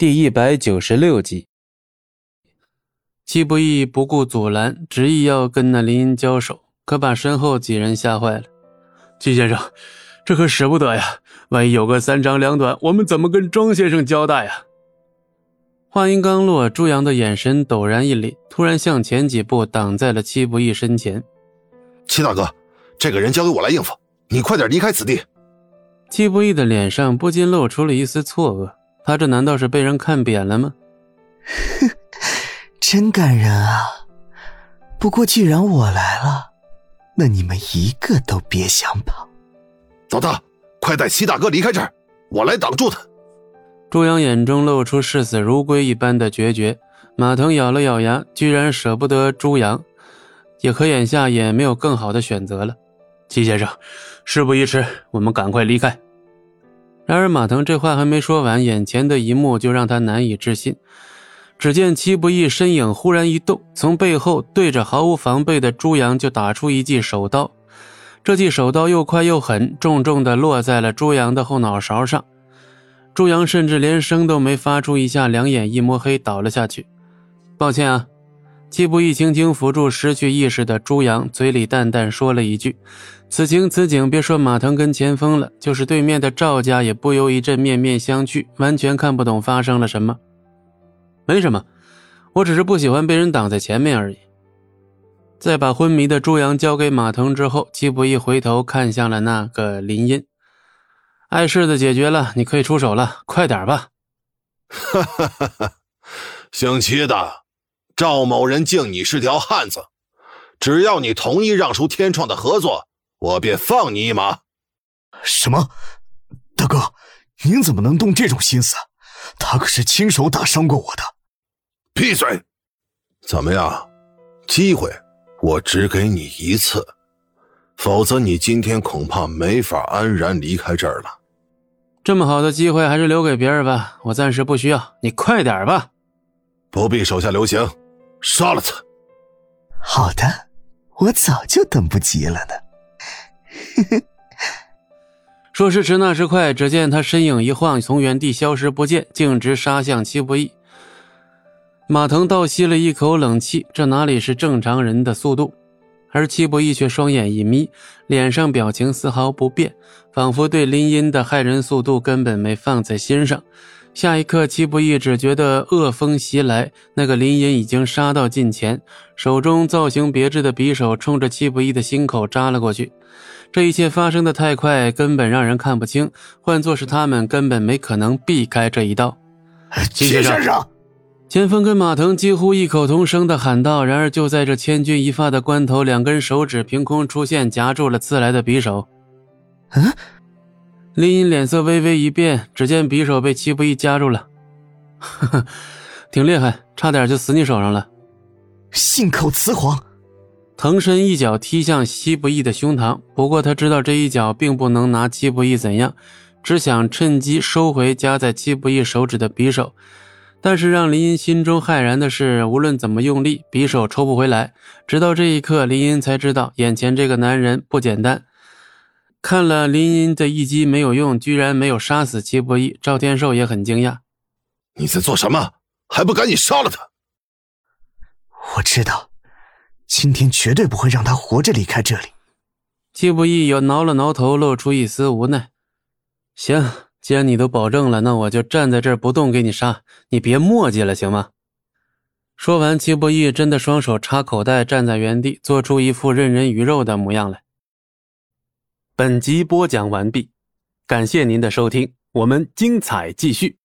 第196集。戚不义不顾阻拦，执意要跟那林荫交手，可把身后几人吓坏了。戚先生，这可使不得呀，万一有个三长两短，我们怎么跟庄先生交代呀？话音刚落，朱阳的眼神陡然一凛，突然向前几步挡在了戚不义身前。 戚大哥，这个人交给我来应付，你快点离开此地。 戚不义的脸上不禁露出了一丝错愕，他这难道是被人看扁了吗？ 真感人啊，不过既然我来了，那你们一个都别想跑。 老大，快带戚大哥离开这儿，我来挡住他。 朱阳眼中露出视死如归一般的决绝，马腾咬了咬牙，居然舍不得朱阳，也可眼下也没有更好的选择了。戚先生，事不宜迟，我们赶快离开。然而马腾这话还没说完，眼前的一幕就让他难以置信。只见戚不义身影忽然一动，从背后对着毫无防备的朱阳就打出一记手刀。这记手刀又快又狠，重重地落在了朱阳的后脑勺上。朱阳甚至连声都没发出一下，两眼一摸黑倒了下去。抱歉啊。戚不义轻轻扶住失去意识的朱阳，嘴里淡淡说了一句。此情此景，别说马腾跟前锋了，就是对面的赵家也不由一阵面面相觑，完全看不懂发生了什么。没什么，我只是不喜欢被人挡在前面而已。在把昏迷的朱阳交给马腾之后，戚不义回头看向了那个林荫。碍事的解决了，你可以出手了，快点吧。 哈哈哈哈，姓戚的，赵某人敬你是条汉子，只要你同意让出天创的合作，我便放你一马。 什么？大哥，您怎么能动这种心思？他可是亲手打伤过我的。 闭嘴！怎么样？机会我只给你一次，否则你今天恐怕没法安然离开这儿了。 这么好的机会还是留给别人吧，我暂时不需要，你快点吧。 不必手下留情，杀了他。 好的，我早就等不及了呢。 说时迟那时快，只见他身影一晃，从原地消失不见，径直杀向戚不义。马腾倒吸了一口冷气，这哪里是正常人的速度？而戚不义却双眼一眯，脸上表情丝毫不变，仿佛对林荫的骇人速度根本没放在心上。下一刻，戚不义只觉得恶风袭来，那个林荫已经杀到近前，手中造型别致的匕首冲着戚不义的心口扎了过去。这一切发生的太快，根本让人看不清，换作是他们根本没可能避开这一刀。 戚先生！ 前锋跟马腾几乎异口同声地喊道，然而就在这千钧一发的关头，两根手指凭空出现，夹住了刺来的匕首。林荫脸色微微一变，只见匕首被戚不义夹住了。呵呵，挺厉害，差点就死你手上了。 信口雌黄。 腾身一脚踢向戚不义的胸膛，不过他知道这一脚并不能拿戚不义怎样，只想趁机收回夹在戚不义手指的匕首。但是让林荫心中骇然的是，无论怎么用力，匕首抽不回来。直到这一刻，林荫才知道眼前这个男人不简单。看了林荫的一击没有用，居然没有杀死戚不义，赵天寿也很惊讶。 你在做什么？还不赶紧杀了他！ 我知道，今天绝对不会让他活着离开这里。 戚不义又挠了挠头，露出一丝无奈。行，既然你都保证了，那我就站在这儿不动给你杀，你别墨迹了行吗？说完，戚不义真的双手插口袋，站在原地，做出一副任人鱼肉的模样来。本集播讲完毕，感谢您的收听，我们精彩继续。